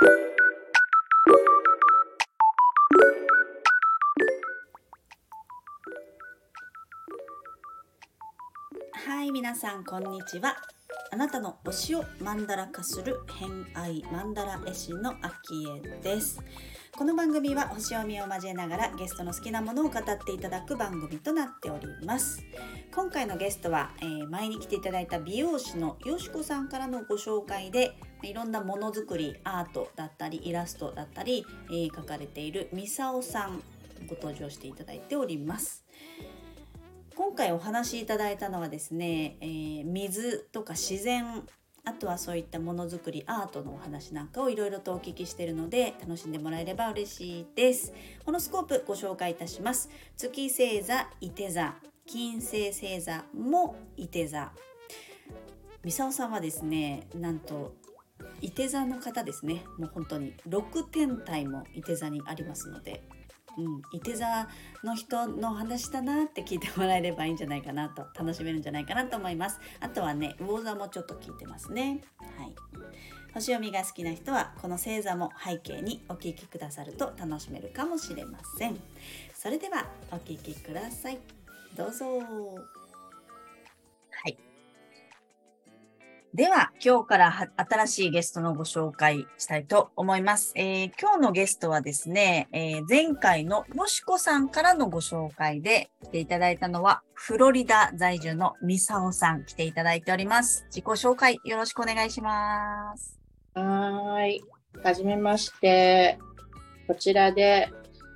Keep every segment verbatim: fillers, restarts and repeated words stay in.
はい、皆さんこんにちは。あなたの推しをマンダラ化する偏愛マンダラ絵師のあきえです。この番組は星読みを交えながらゲストの好きなものを語っていただく番組となっております。今回のゲストは、えー、前に来ていただいた美容師のよしこさんからのご紹介で、いろんなものづくり、アートだったりイラストだったり、えー、描かれているみさおさんご登場していただいております。今回お話しいただいたのはですね、えー、水とか自然、あとはそういったものづくり、アートのお話なんかをいろいろとお聞きしているので、楽しんでもらえれば嬉しいです。ホロスコープご紹介いたします。月星座いて座、金星星座もいて座。みさおさんはですね、なんといて座の方ですね。もう本当にろくてんたいもいて座にありますので、うん、いて座の人の話だなって聞いてもらえればいいんじゃないかなと、楽しめるんじゃないかなと思います。あとはね、魚座もちょっと聞いてますね。はい。星読みが好きな人はこの星座も背景にお聞きくださると楽しめるかもしれません。それではお聞きください。どうぞ。はい。では今日から新しいゲストのご紹介したいと思います。えー、今日のゲストはですね、えー、前回のよしこさんからのご紹介で来ていただいたのはフロリダ在住のみさおさん来ていただいております。自己紹介よろしくお願いします。 はーい。はじめまして。こちらで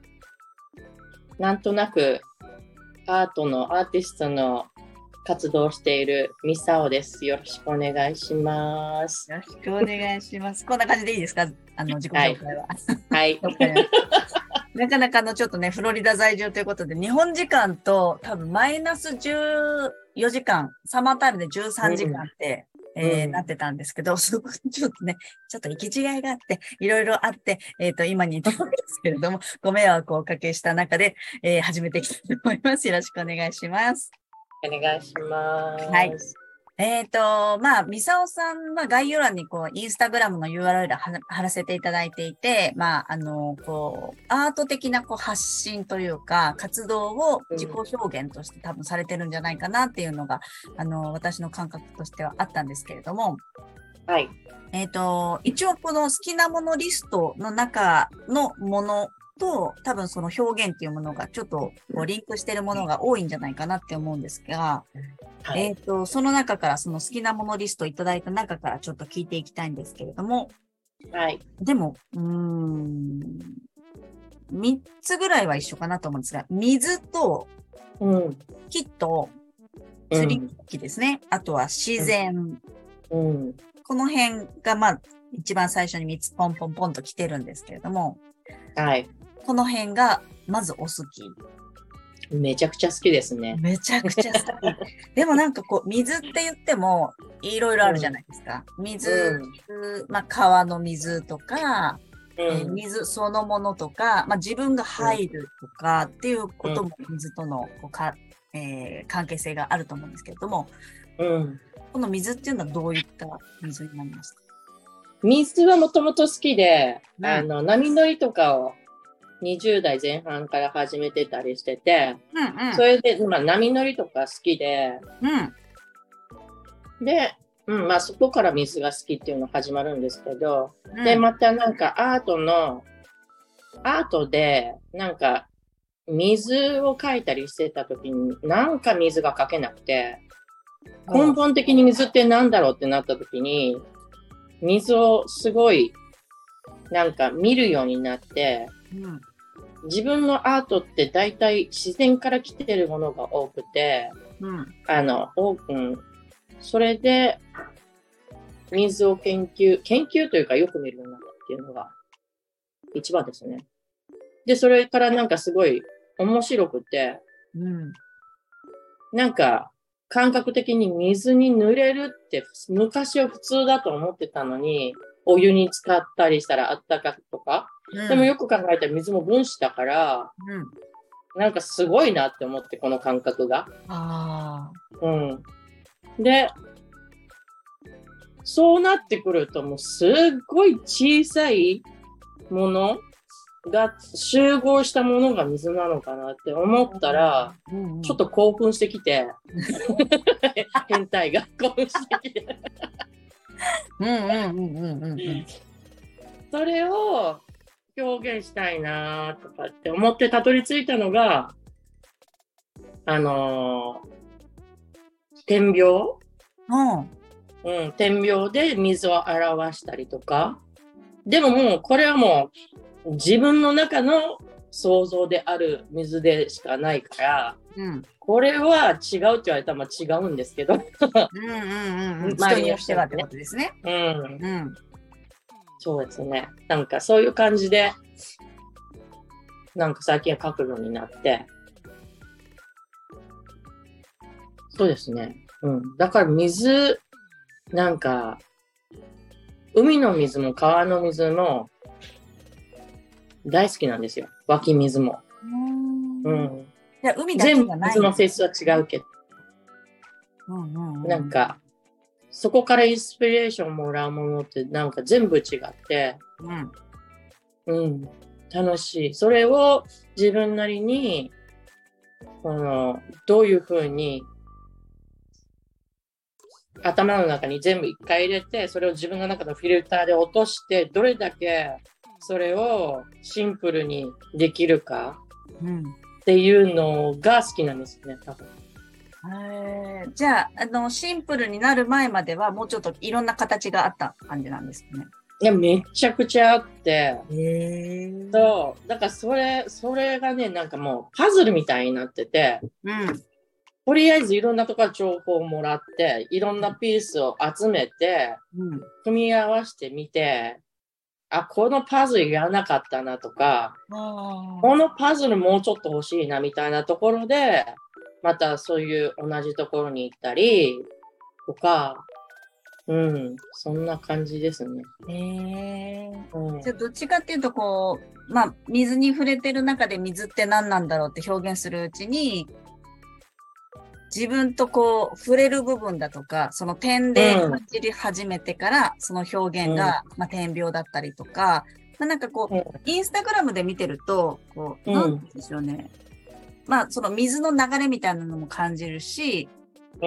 なんとなくアートのアーティストの活動をしているみさおです。よろしくお願いします。 よろしくお願いします。こんな感じでいいですか？あの自己紹介は。 はい。 なかなかのちょっとね、フロリダ在住ということで、日本時間と多分マイナスじゅうよじかん、サマータイムでじゅうさんじかんって、うんえーうん、なってたんですけど、そこちょっとね、ちょっと行き違いがあって、いろいろあって、えっと、今に至るんですけれども、ご迷惑をおかけした中で、えー、始めていきたいと思います。よろしくお願いします。 お願いします。 はい。えっと、まあ、みさおさんは概要欄にこう、インスタグラムの ユーアールエル 貼らせていただいていて、まあ、あの、こう、アート的なこう発信というか、活動を自己表現として多分されてるんじゃないかなっていうのが、あの、私の感覚としてはあったんですけれども、 はい。 えっと、一応この好きなものリストの中のものと、多分その表現っていうものがちょっとこうリンクしてるものが多いんじゃないかなって思うんですが、はい、えっと、その中からその好きなものリストいただいた中からちょっと聞いていきたいんですけれども、 はい。 でも、うーん、みっつぐらいは一緒かなと思うんですが、水と、木と、釣り木ですね、うん。あとは自然。うん、この辺がまあ、一番最初にみっつポンポンポンと来てるんですけれども、 はい。 この辺がまずお好き。 めちゃくちゃ好きですね。 めちゃくちゃ好き。でもなんかこう、水って言ってもいろいろあるじゃないですか。うん、水、うん、まあ川の水とか、うんえー、水そのものとか、まあ自分が入るとかっていうことも水とのこうか、えー、関係性があると思うんですけれども、うん、この水っていうのはどういった水になりますか？ 水はもともと好きで、うん、あの、波乗りとかをにじゅうだいぜん半から始めてたりしてて、うんうん、それで、まあ、波乗りとか好きで、うん、で、うん、まあそこから水が好きっていうのが始まるんですけど、うん、で、またなんかアートの、アートで、なんか水を描いたりしてた時に、なんか水が描けなくて、根本的に水ってなんだろうってなった時に、水をすごいなんか見るようになって、うん、自分のアートって大体自然から来てるものが多くて、うん、あの、うん、それで水を研究、研究というかよく見るようになったっていうのが一番ですね。で、それからなんかすごい面白くて、うん、なんか感覚的に水に濡れるって昔は普通だと思ってたのに、お湯に浸かったりしたらあったかくとか、うん、でもよく考えたら水も分子だから、うん、なんかすごいなって思って、この感覚が。あうん、で、 そうなってくるともうすっごい小さいものが集合したものが水なのかなって思ったら、うんうん、ちょっと興奮してきて変態が興奮してきてそれを表現したいなとかって思ってたどり着いたのがあのー、点描、うんうん、点描で水を表したりとか。でももうこれはもう自分の中の想像である水でしかないから、うん、これは違うって言われたらまあ違うんですけどうんうんうんうん人によってはってことですね。うん、 うん、そうですね。なんかそういう感じでなんか最近は書くようになってそうですね。うん、だから水なんか海の水も川の水も大好きなんですよ。湧き水も。うん。 いや海だけじゃない、 全部水の性質は違うけど、うんうんうん、なんかそこからインスピレーションもらうものってなんか全部違って、うん、うん、楽しい。それを自分なりにこのどういうふうに頭の中に全部一回入れて、それを自分の中のフィルターで落として、どれだけそれをシンプルにできるかっていうのが好きなんですね、多分。 へー、じゃあ、あの、シンプルになる前まではもうちょっといろんな形があった感じなんですね。 いや、めちゃくちゃあって。へー。そう。だからそれ、それがね、なんかもうパズルみたいになってて、うん。とりあえずいろんなところ情報をもらって、いろんなピースを集めて、うん、組み合わせてみて、あ、このパズルやらなかったなとか、このパズルもうちょっと欲しいなみたいなところで、またそういう同じところに行ったりとか、うん、そんな感じですね。 へー、うん、じゃあどっちかっていうとこう、まあ水に触れてる中で水って何なんだろうって表現するうちに、自分とこう触れる部分だとか、その点で感じり始めてから、うん、その表現が、うん、まあ、点描だったりとか、まあ、なんかこう、うん、インスタグラムで見てると、こう、なんでしょうね。まあ、その水の流れみたいなのも感じるし、うん、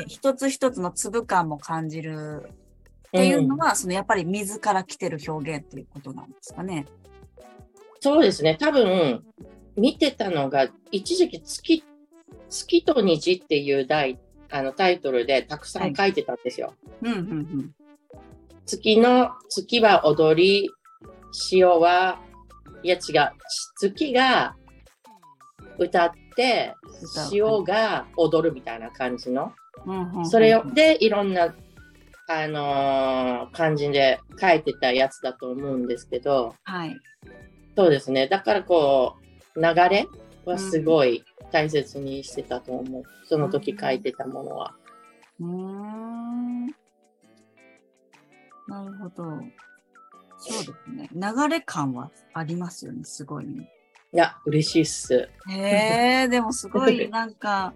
一つ一つの粒感も感じるっていうのは、うん、そのやっぱり水から来てる表現っていうことなんですかね。 そうですね。多分、見てたのが、一時期月月と虹っていう題あのタイトルでたくさん書いてたんですよ。はい、うんうんうん、月の月は踊り、潮はいや違う月が歌って潮が踊るみたいな感じの、うんうんうん、それでいろんなあのー、感じで書いてたやつだと思うんですけど、はい、そうですね。だからこう流れはすごい大切にしてたと思う。その時書いてたものは。うーん、 なるほど。そうですね。流れ感はありますよね。すごいね。 いや、嬉しいっす。 へえ、でもすごいなんか、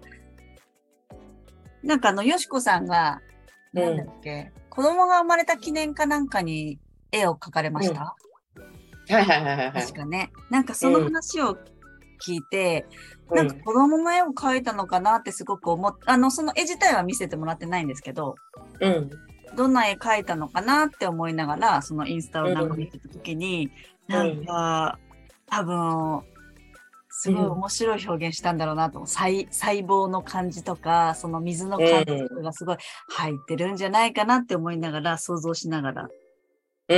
なんかあの、よしこさんが、なんだっけ、うん、子供が生まれた記念かなんかに絵を描かれました、 うん、はいはいはいはい。 確かね。なんかその話を聞いて、うん、なんか子供の絵を描いたのかなってすごく思っ、あの、その絵自体は見せてもらってないんですけど、うん。どんな絵描いたのかなって思いながら、そのインスタを眺めてた時に、うん、なんか、多分、すごい面白い表現したんだろうなと、うん、細, 細胞の感じとか、その水の感じとかがすごい入ってるんじゃないかなって思いながら、想像しながら。うん。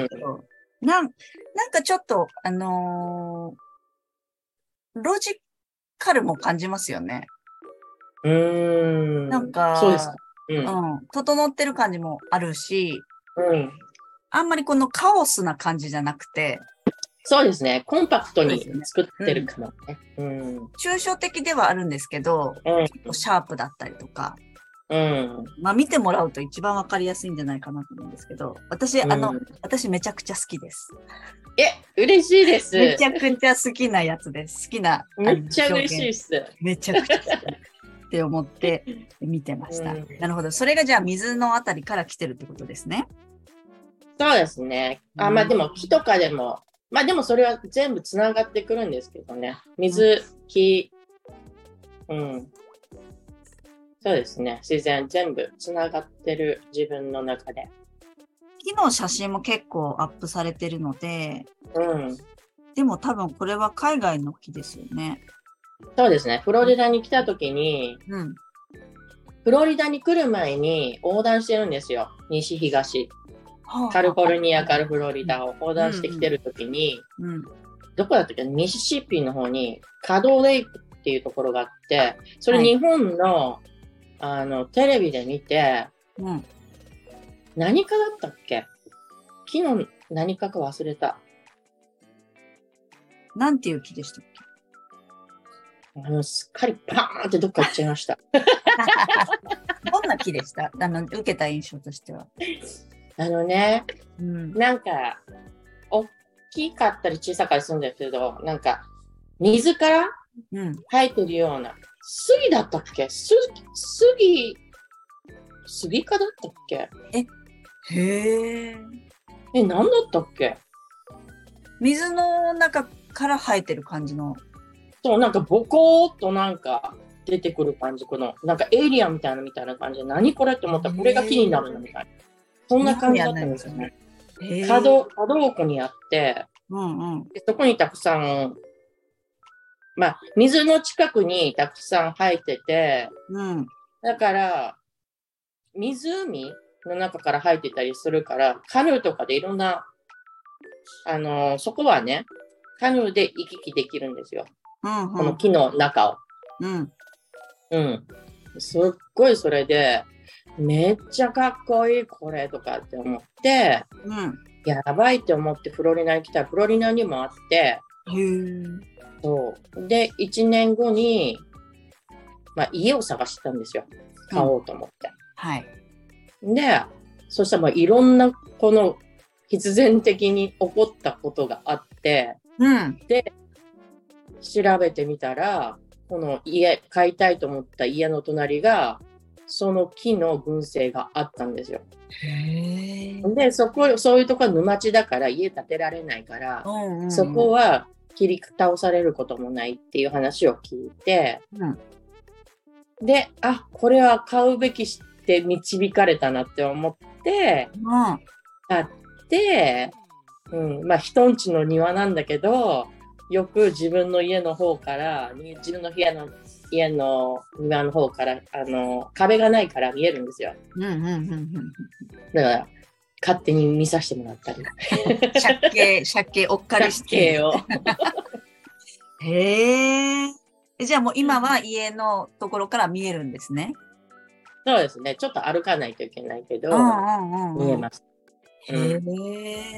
なん、なんかちょっと、あのー、ロジカルも感じますよね。うーん。なんか、そうですか。うん、うん。整ってる感じもあるし、うん。あんまりこのカオスな感じじゃなくて、 そうですね。コンパクトに作ってるかもね。うん。 抽象的ではあるんですけど、うん、結構シャープだったりとか、うん。まあ見てもらうと一番わかりやすいんじゃないかなと思うんですけど、私、うん、あの、私めちゃくちゃ好きです。 え、嬉しいです。 めちゃくちゃ好きなやつです。好きな。 めっちゃ嬉しいっす。 めちゃくちゃ好き。 って思って見てました。 うん、 なるほど。それがじゃあ水のあたりから来てるってことですね。 そうですね。あ、まあでも木とかでも、まあでもそれは全部つながってくるんですけどね。水、木、うん。そうですね。自然全部つながってる自分の中で。 木の写真も結構アップされてるので、 うん。 でも多分これは海外の木ですよね。 そうですね。フロリダに来た時に、 うん、 フロリダに来る前に横断してるんですよ。西東。カリフォルニアからフロリダを横断してきてる時に、 うんうん、 どこだったっけ、ミシシッピの方にカドレイクっていうところがあって、それ日本の、はい、あのテレビで見て、うん、何かだったっけ、木の何かか忘れた。 なんていう木でしたっけ。 あのすっかりパーンってどっか行っちゃいました。 どんな木でした？あの受けた印象としては。 あのね、 うん、 なんか大きかったり小さかったりするんですけど、なんか水から生えてるような、うん、杉だったっけ？杉、杉、杉科だったっけ？ え、へえ。 え、なんだったっけ？ 水の中から生えてる感じの。 そう、なんかボコーっとなんか出てくる感じ、このなんかエイリアンみたいなみたいな感じで、何これって思ったらこれが木になるのみたいな。そんな感じだったんですよね。角、角奥にあって、うんうん、でそこにたくさん、まあ、水の近くにたくさん生えてて、うん、だから、湖の中から生えてたりするから、カヌーとかでいろんな、あのー、そこはね、カヌーで行き来できるんですよ。うんうん、この木の中を。うん。うん。すっごいそれで、めっちゃかっこいいこれとかって思って、うん、やばいって思ってフロリダに来たらフロリダにもあって、へー、そうでいちねんごに、まあ、家を探してたんですよ、買おうと思って、うん、はい。でそしたらもういろんなこの必然的に起こったことがあって、うん、で調べてみたらこの家買いたいと思った家の隣がその木の群生があったんですよ。へー。で、そこ、そういうとこは沼地だから家建てられないから、うんうんうん、そこは切り倒されることもないっていう話を聞いて、うん、で、あ、これは買うべきして導かれたなって思って、うん、買って、うん、まあ人んちの庭なんだけど、よく自分の家の方から、自分の部屋の家の庭の方からあの壁がないから見えるんですよ。うんうんうんうん、だから勝手に見させてもらったり。 借景、借景おっかりして。をへえ。じゃあもう今は家のところから見えるんですね。 そうですね。ちょっと歩かないといけないけど、うんうんうん、見えます。 へえ、うん。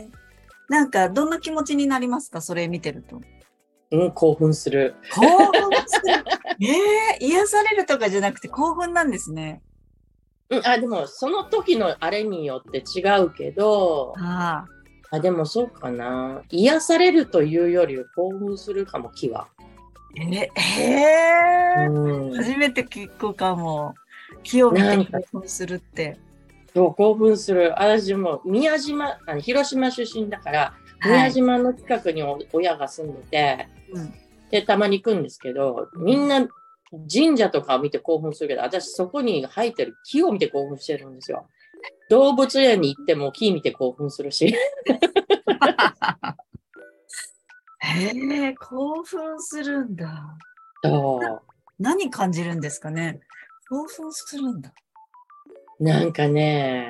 なんかどんな気持ちになりますか？それ見てると。 うん、興奮する。 興奮する。えー、癒されるとかじゃなくて興奮なんですね。 うん、あ、でもその時のあれによって違うけど、ああ、でもそうかな。癒されるというより興奮するかも、木は。ええーうん、初めて聞くかも。木を見て興奮するって。 そう、興奮する。私も宮島、あの広島出身だから、宮島の近くに親が住んでて、うん、でたまに行くんですけど、みんな神社とかを見て興奮するけど、私そこに生えてる木を見て興奮してるんですよ。動物園に行っても木見て興奮するし。 へえ、興奮するんだ。そう何感じるんですかね。興奮するんだ。 なんかね、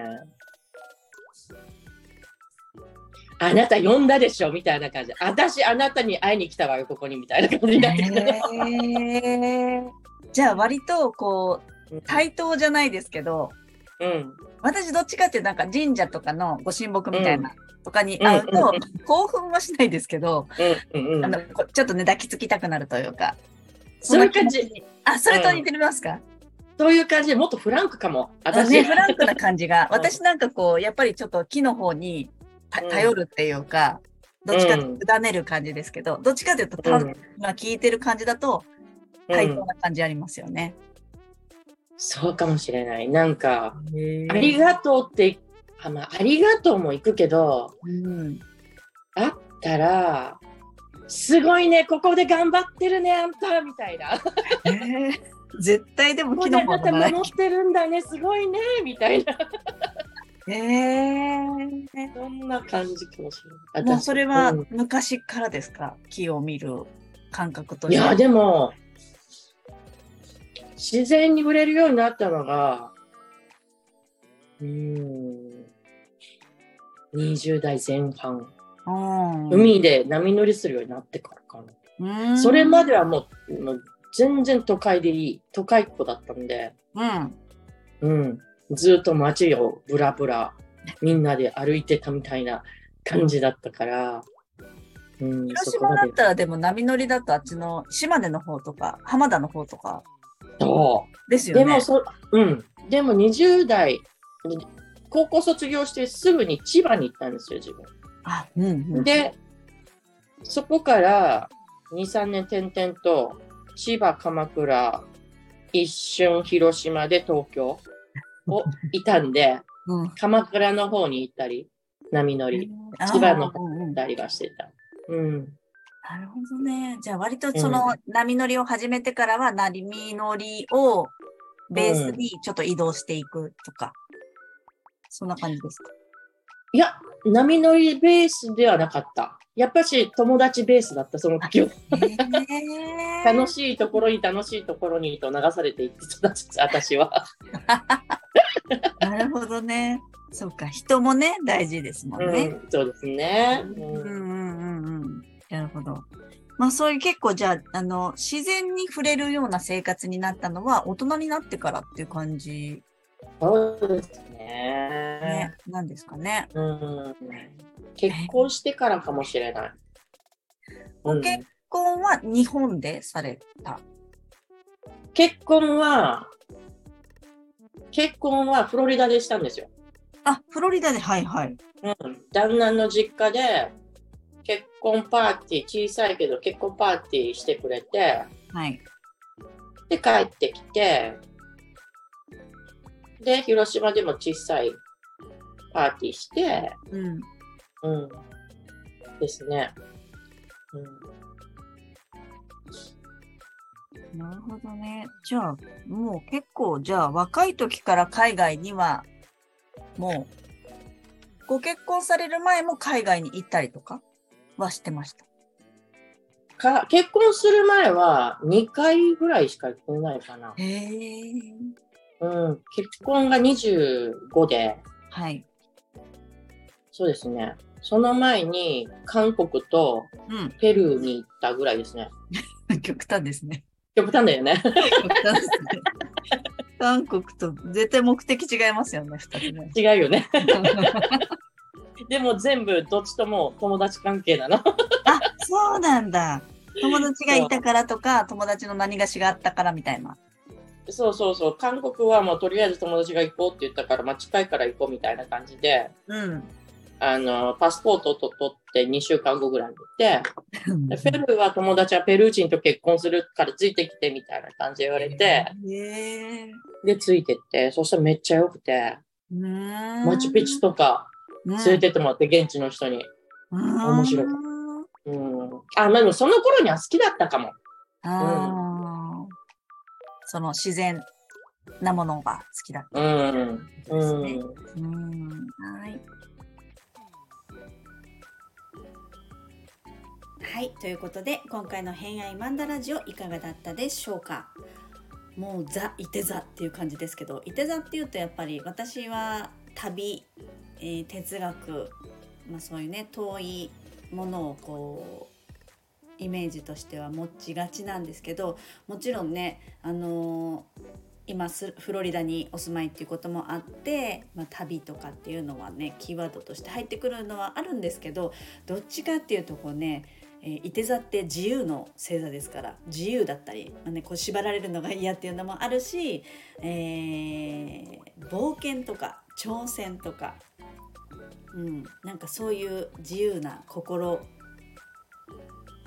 あなた呼んだでしょみたいな感じ。私あなたに会いに来たわよここにみたいな感じになってくる。 へー。じゃあ割とこう対等じゃないですけど、うん、私どっちかっていうとなんか神社とかのご神木みたいな、うん、とかに会うと、うんうんうん、興奮はしないですけど、うんうんうん、あのちょっとね抱きつきたくなるというか、 そういう感じ。 あ、それと似てますか？ うん、そういう感じでもっとフランクかも。 私ね、フランクな感じが、私なんかこうやっぱりちょっと木の方に頼るっていうか、うん、どっちかというと委ねる感じですけど、うん、どっちかというと、うん、まあ聞いてる感じだと対等な感じありますよね。 そうかもしれない。なんか、ありがとうって、あ、まあ、ありがとうも行くけど、うん、あったら、すごいね、ここで頑張ってるね、あんた、みたいな。 えー、絶対でも木の葉守ってるんだね、すごいね、みたいな。 えー、 そんな感じかもしれない。 もうそれは昔からですか、うん、木を見る感覚として。 いや、でも、自然に触れるようになったのが、うーん、にじゅう代前半。海で波乗りするようになってからかな。それまではもう、もう全然都会でいい。都会っ子だったんで、うん。うん。ずっと街をブラブラ、みんなで歩いてたみたいな感じだったから。 うん、広島だったらでも波乗りだとあっちの島根の方とか、浜田の方とか。 そうですよね。 でもそ、うん。でもにじゅう代、高校卒業してすぐに千葉に行ったんですよ、自分。あ、うんうん、で、そこからに、さんねん転々と千葉、鎌倉、一瞬広島で東京をいたんで、うん、鎌倉の方に行ったり、波乗り、千葉の方に行ったりはしてた。うん。 なるほどね。じゃあ割とその波乗りを始めてからは波乗りをベースにちょっと移動していくとか、うん、そんな感じですか？ いや、波乗りベースではなかった。やっぱし友達ベースだった、その時は。楽しいところに楽しいところにと流されていってた、私は。 なるほどね。そうか、人もね、大事ですもんね。 うん、そうですね。 うんうんうんうん。なるほど。まあそういう結構じゃあ、あの、自然に触れるような生活になったのは大人になってからっていう感じ。 そうですね。 ね、なんですかね。 うん。結婚してからかもしれない。 ご結婚は日本でされた？ 結婚は、結婚はフロリダでしたんですよ。 あ、フロリダで、はいはい。 うん。旦那の実家で、結婚パーティー、小さいけど結婚パーティーしてくれて、はい。で、帰ってきて、で、広島でも小さいパーティーして、うん。うん。ですね。 うん。なるほどね。じゃあ、もう結構、じゃあ、若い時から海外には、もう、ご結婚される前も海外に行ったりとかはしてました？ か結婚する前はにかいぐらいしか行ってないかな。へー。うん、結婚がにじゅうごで、はい。そうですね。その前に韓国とペルーに行ったぐらいですね。 うん、極端ですね。 極端だよね。極端ですね。韓国と絶対目的違いますよね、ふたつね。 違うよね。でも全部どっちとも友達関係なの。あ、 そうなんだ。友達がいたからとか、友達の何がしがあったからみたいな。 そうそうそう。韓国はもうとりあえず友達が行こうって言ったから、まあ、近いから行こうみたいな感じで、うん、あのパスポートと取ってにしゅうかんごぐらいに行って、ペルーは友達はペルー人と結婚するからついてきてみたいな感じで言われて、でついてって、そしたらめっちゃ良くて、マチュピチュとか連れてってもらって、現地の人に。面白い。うん、あ、まあでもその頃には好きだったかも。 あ、うん、その自然なものが好きだった。うん。ですね。うん。はい。はい、ということで今回の偏愛マンダラジオいかがだったでしょうか。もうザ・いて座っていう感じですけど、いて座っていうとやっぱり私は旅、えー、哲学、まあ、そういうね遠いものをこうイメージとしては持ちがちなんですけど、もちろんね、あのー、今フロリダにお住まいっていうこともあって、まあ、旅とかっていうのはねキーワードとして入ってくるのはあるんですけど、どっちかっていうとこうね、えー、いて座って自由の星座ですから、自由だったり、まあね、こう縛られるのが嫌っていうのもあるし、えー、冒険とか挑戦とか、うん、なんかそういう自由な心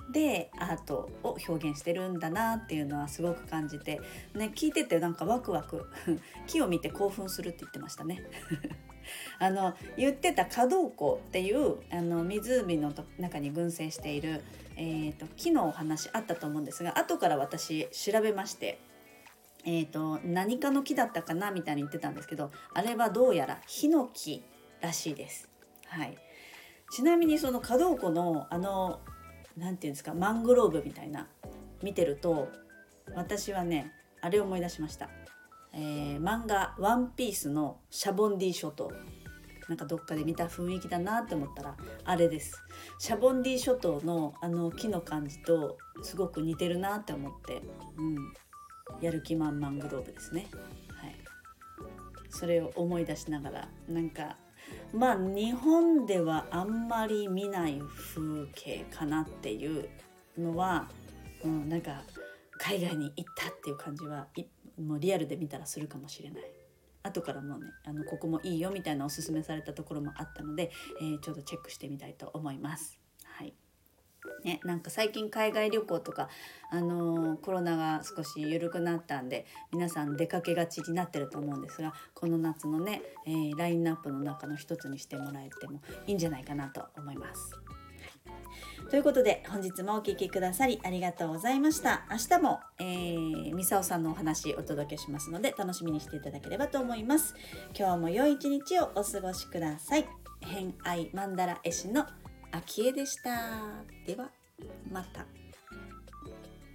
でアートを表現してるんだなっていうのはすごく感じて、ね、聞いててなんかワクワク木を見て興奮するって言ってましたねあの言ってた華道湖っていうあの湖の中に群生している、えーと、木のお話あったと思うんですが、後から私調べまして、えーと、何かの木だったかなみたいに言ってたんですけど、あれはどうやらヒノキらしいです。はい、ちなみにその華道湖のあのなんていうんですか、マングローブみたいな見てると、私はねあれを思い出しました。えー、漫画ワンピースのシャボンディ諸島、なんかどっかで見た雰囲気だなって思ったらあれです。シャボンディ諸島のあの木の感じとすごく似てるなって思って、うん、やる気満々グローブですね。はい、それを思い出しながら、なんかまあ日本ではあんまり見ない風景かなっていうのは、うん、なんか海外に行ったっていう感じはもうリアルで見たらするかもしれない。後からもうね、あのここもいいよみたいなおすすめされたところもあったので、えー、ちょっとチェックしてみたいと思います。はいね、なんか最近海外旅行とか、あのー、コロナが少し緩くなったんで皆さん出かけがちになってると思うんですが、この夏のね、えー、ラインナップの中の一つにしてもらえてもいいんじゃないかなと思います。ということで本日もお聞きくださりありがとうございました。明日も、えー、みさおさんのお話お届けしますので楽しみにしていただければと思います。今日も良い一日をお過ごしください。偏愛マンダラ絵師のあきえでした。ではま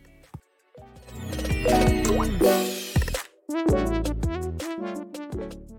た。